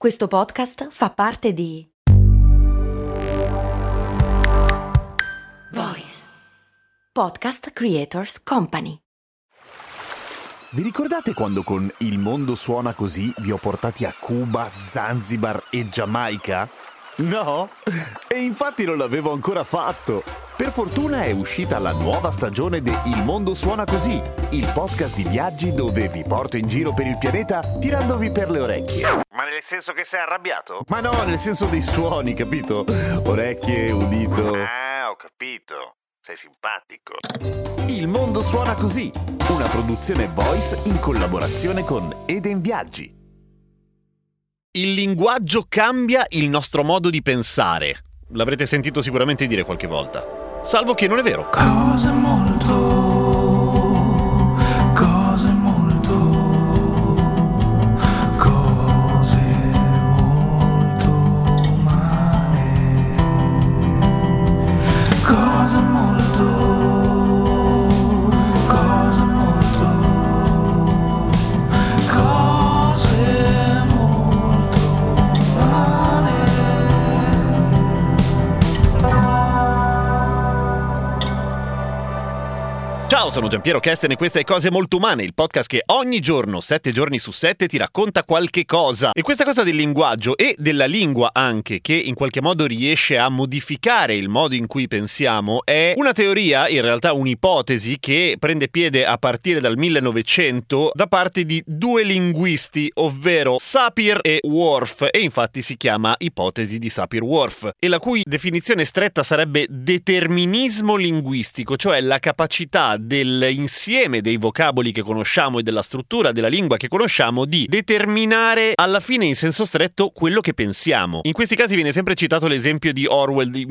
Questo podcast fa parte di Voice Podcast Creators Company. Vi ricordate quando con Il mondo suona così vi ho portati a Cuba, Zanzibar e Giamaica? No? E infatti non l'avevo ancora fatto. Per fortuna è uscita la nuova stagione di Il mondo suona così, il podcast di viaggi dove vi porto in giro per il pianeta tirandovi per le orecchie. Ma nel senso che sei arrabbiato? Ma no, nel senso dei suoni, capito? Orecchie, udito. Ah, ho capito. Sei simpatico. Il mondo suona così, una produzione Voice in collaborazione con Eden Viaggi. Il linguaggio cambia il nostro modo di pensare. L'avrete sentito sicuramente dire qualche volta. Salvo che non è vero. Cose molto umane. Cose molto Ciao, sono Giampiero Kesten e questa è Cose Molto Umane, il podcast che ogni giorno, 7 giorni su 7, ti racconta qualche cosa. E questa cosa del linguaggio e della lingua anche, che in qualche modo riesce a modificare il modo in cui pensiamo, è una teoria, in realtà un'ipotesi, che prende piede a partire dal 1900 da parte di due linguisti, ovvero Sapir e Whorf, e infatti si chiama ipotesi di Sapir-Whorf, e la cui definizione stretta sarebbe determinismo linguistico, cioè la capacità dell'insieme dei vocaboli che conosciamo e della struttura della lingua che conosciamo di determinare alla fine in senso stretto quello che pensiamo. In questi casi viene sempre citato l'esempio di Orwell di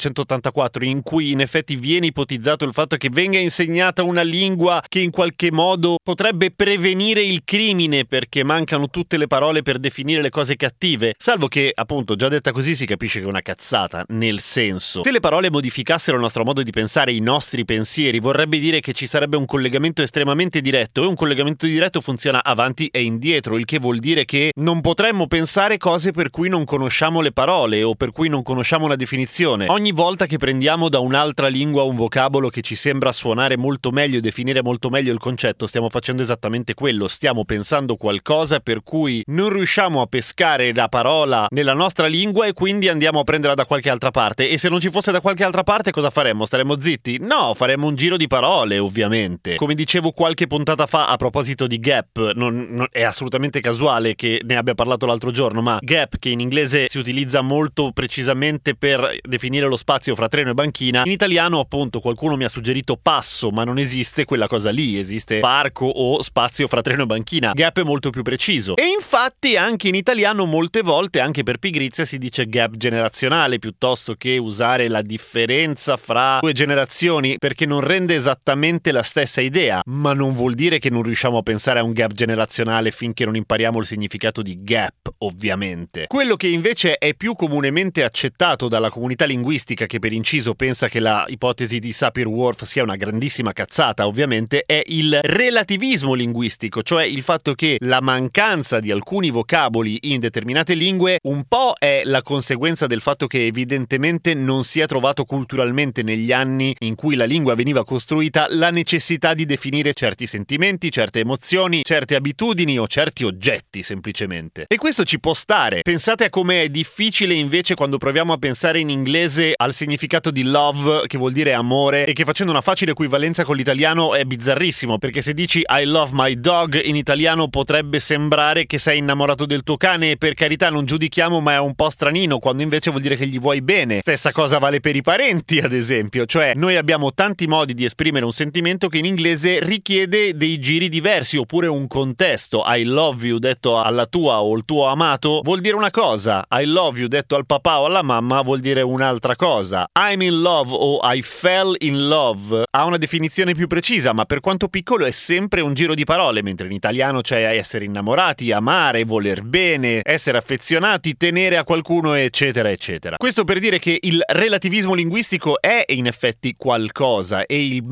1984, in cui in effetti viene ipotizzato il fatto che venga insegnata una lingua che in qualche modo potrebbe prevenire il crimine perché mancano tutte le parole per definire le cose cattive, salvo che appunto già detta così si capisce che è una cazzata, nel senso, se le parole modificassero il nostro modo di pensare, i nostri pensieri, vorrebbe dire che ci sarebbe un collegamento estremamente diretto, e un collegamento diretto funziona avanti e indietro, il che vuol dire che non potremmo pensare cose per cui non conosciamo le parole o per cui non conosciamo una definizione. Ogni volta che prendiamo da un'altra lingua un vocabolo che ci sembra suonare molto meglio e definire molto meglio il concetto, stiamo facendo esattamente quello, stiamo pensando qualcosa per cui non riusciamo a pescare la parola nella nostra lingua e quindi andiamo a prenderla da qualche altra parte. E se non ci fosse da qualche altra parte cosa faremmo? Staremmo zitti? No, faremmo un giro di parole, ovviamente. Come dicevo qualche puntata fa a proposito di gap, non è assolutamente casuale che ne abbia parlato l'altro giorno, ma gap, che in inglese si utilizza molto precisamente per definire lo spazio fra treno e banchina, in italiano appunto qualcuno mi ha suggerito passo, ma non esiste quella cosa lì, esiste parco o spazio fra treno e banchina. Gap è molto più preciso. E infatti anche in italiano molte volte, anche per pigrizia, si dice gap generazionale piuttosto che usare la differenza fra due generazioni, perché non rende esattamente la stessa idea, ma non vuol dire che non riusciamo a pensare a un gap generazionale finché non impariamo il significato di gap, ovviamente. Quello che invece è più comunemente accettato dalla comunità linguistica, che per inciso pensa che la ipotesi di Sapir-Whorf sia una grandissima cazzata, ovviamente, è il relativismo linguistico, cioè il fatto che la mancanza di alcuni vocaboli in determinate lingue un po' è la conseguenza del fatto che evidentemente non si è trovato culturalmente negli anni in cui la lingua veniva costruita la necessità di definire certi sentimenti, certe emozioni, certe abitudini o certi oggetti semplicemente. E questo ci può stare. Pensate a come è difficile invece quando proviamo a pensare in inglese al significato di love, che vuol dire amore, e che facendo una facile equivalenza con l'italiano è bizzarrissimo, perché se dici I love my dog in italiano potrebbe sembrare che sei innamorato del tuo cane, e per carità non giudichiamo, ma è un po' stranino, quando invece vuol dire che gli vuoi bene. Stessa cosa vale per i parenti, ad esempio, cioè noi abbiamo tanti modi di esprimere un sentimento che in inglese richiede dei giri diversi, oppure un contesto. I love you detto alla tua o al tuo amato vuol dire una cosa, I love you detto al papà o alla mamma vuol dire un'altra cosa. I'm in love o I fell in love ha una definizione più precisa, ma per quanto piccolo è sempre un giro di parole, mentre in italiano c'è essere innamorati, amare, voler bene, essere affezionati, tenere a qualcuno, eccetera eccetera. Questo per dire che il relativismo linguistico è in effetti qualcosa, e il modo in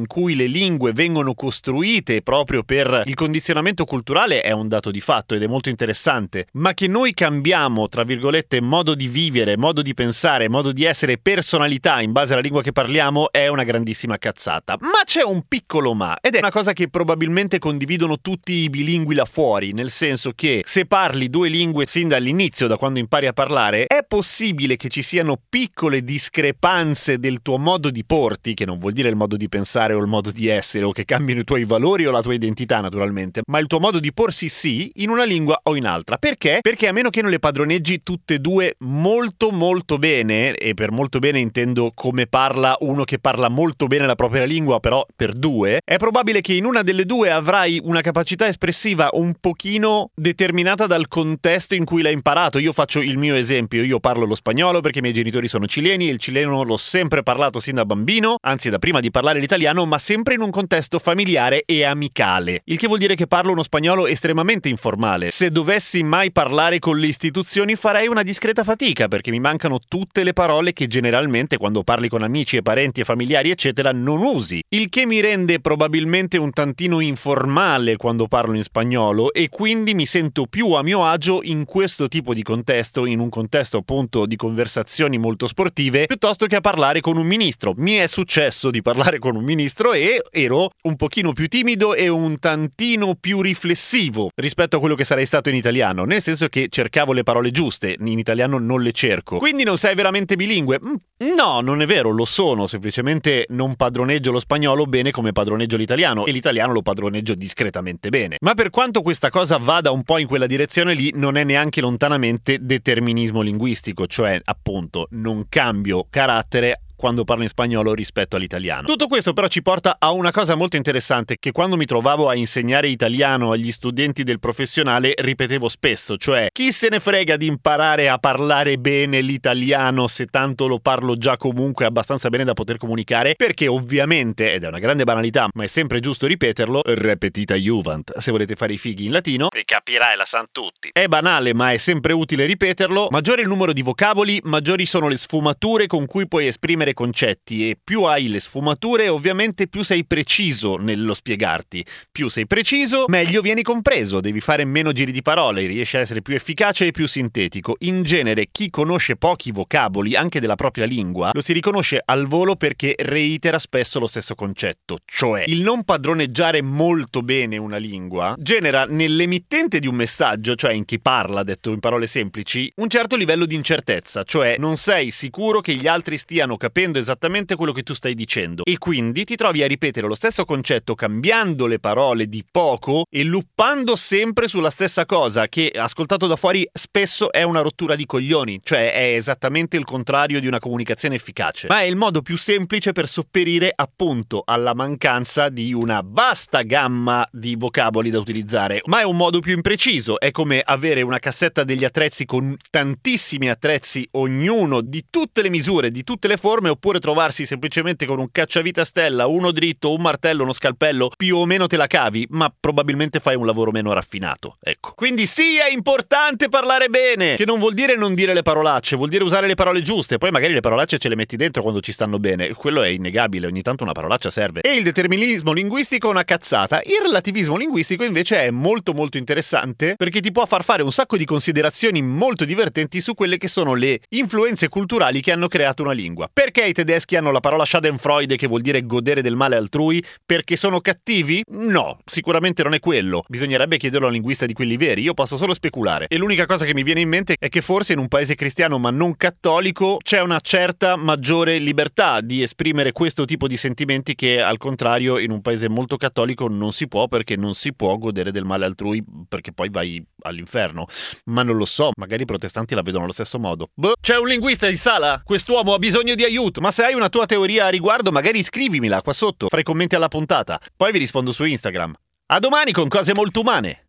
cui le lingue vengono costruite proprio per il condizionamento culturale è un dato di fatto ed è molto interessante, ma che noi cambiamo, tra virgolette, modo di vivere, modo di pensare, modo di essere, personalità in base alla lingua che parliamo è una grandissima cazzata. Ma c'è un piccolo ma, ed è una cosa che probabilmente condividono tutti i bilingui là fuori, nel senso che se parli due lingue sin dall'inizio, da quando impari a parlare, è possibile che ci siano piccole discrepanze del tuo modo di porti, che non vuol dire il modo di pensare o il modo di essere, o che cambino i tuoi valori o la tua identità naturalmente, ma il tuo modo di porsi sì, in una lingua o in altra. Perché? Perché a meno che non le padroneggi tutte e due molto molto bene, e per molto bene intendo come parla uno che parla molto bene la propria lingua, però per due, è probabile che in una delle due avrai una capacità espressiva un pochino determinata dal contesto in cui l'hai imparato. Io faccio il mio esempio, io parlo lo spagnolo perché i miei genitori sono cileni e il cileno l'ho sempre parlato sin da bambino, anzi da prima di parlare l'italiano, ma sempre in un contesto familiare e amicale, il che vuol dire che parlo uno spagnolo estremamente informale. Se dovessi mai parlare con le istituzioni farei una discreta fatica perché mi mancano tutte le parole che generalmente quando parli con amici e parenti e familiari eccetera non usi, il che mi rende probabilmente un tantino informale quando parlo in spagnolo e quindi mi sento più a mio agio in questo tipo di contesto, in un contesto appunto di conversazioni molto sportive, piuttosto che a parlare con un ministro. Mi è successo di parlare con un ministro e ero un pochino più timido e un tantino più riflessivo rispetto a quello che sarei stato in italiano, nel senso che cercavo le parole giuste, in italiano non le cerco. Quindi non sei veramente bilingue? No, non è vero, lo sono, semplicemente non padroneggio lo spagnolo bene come padroneggio l'italiano e l'italiano lo padroneggio discretamente bene. Ma per quanto questa cosa vada un po' in quella direzione lì, non è neanche lontanamente determinismo linguistico, cioè appunto non cambio carattere quando parlo in spagnolo rispetto all'italiano. Tutto questo però ci porta a una cosa molto interessante che quando mi trovavo a insegnare italiano agli studenti del professionale ripetevo spesso, cioè chi se ne frega di imparare a parlare bene l'italiano se tanto lo parlo già comunque abbastanza bene da poter comunicare, perché ovviamente, ed è una grande banalità ma è sempre giusto ripeterlo, repetita iuvant, se volete fare i fighi in latino, e capirai la san tutti. È banale ma è sempre utile ripeterlo, maggiore il numero di vocaboli, maggiori sono le sfumature con cui puoi esprimere concetti e più hai le sfumature ovviamente più sei preciso nello spiegarti. Più sei preciso meglio vieni compreso, devi fare meno giri di parole, riesci a essere più efficace e più sintetico. In genere chi conosce pochi vocaboli anche della propria lingua lo si riconosce al volo perché reitera spesso lo stesso concetto, cioè il non padroneggiare molto bene una lingua genera nell'emittente di un messaggio, cioè in chi parla, detto in parole semplici, un certo livello di incertezza, cioè non sei sicuro che gli altri stiano capendo esattamente quello che tu stai dicendo e quindi ti trovi a ripetere lo stesso concetto cambiando le parole di poco e luppando sempre sulla stessa cosa, che ascoltato da fuori spesso è una rottura di coglioni, cioè è esattamente il contrario di una comunicazione efficace, ma è il modo più semplice per sopperire appunto alla mancanza di una vasta gamma di vocaboli da utilizzare, ma è un modo più impreciso. È come avere una cassetta degli attrezzi con tantissimi attrezzi, ognuno di tutte le misure, di tutte le forme, oppure trovarsi semplicemente con un cacciavite a stella, uno dritto, un martello, uno scalpello, più o meno te la cavi, ma probabilmente fai un lavoro meno raffinato, ecco. Quindi sì, è importante parlare bene, che non vuol dire non dire le parolacce, vuol dire usare le parole giuste, poi magari le parolacce ce le metti dentro quando ci stanno bene, quello è innegabile, ogni tanto una parolaccia serve. E il determinismo linguistico è una cazzata. Il relativismo linguistico invece è molto molto interessante perché ti può far fare un sacco di considerazioni molto divertenti su quelle che sono le influenze culturali che hanno creato una lingua. Perché i tedeschi hanno la parola Schadenfreude, che vuol dire godere del male altrui? Perché sono cattivi? No, sicuramente non è quello. Bisognerebbe chiederlo a un linguista di quelli veri, io posso solo speculare. E l'unica cosa che mi viene in mente è che forse in un paese cristiano ma non cattolico c'è una certa maggiore libertà di esprimere questo tipo di sentimenti che al contrario in un paese molto cattolico non si può, perché non si può godere del male altrui perché poi vai all'inferno. Ma non lo so, magari i protestanti la vedono allo stesso modo. Boh, c'è un linguista in sala? Quest'uomo ha bisogno di aiuto. Ma se hai una tua teoria a riguardo magari scrivimela qua sotto, fra i commenti alla puntata. Poi vi rispondo su Instagram. A domani con cose molto umane.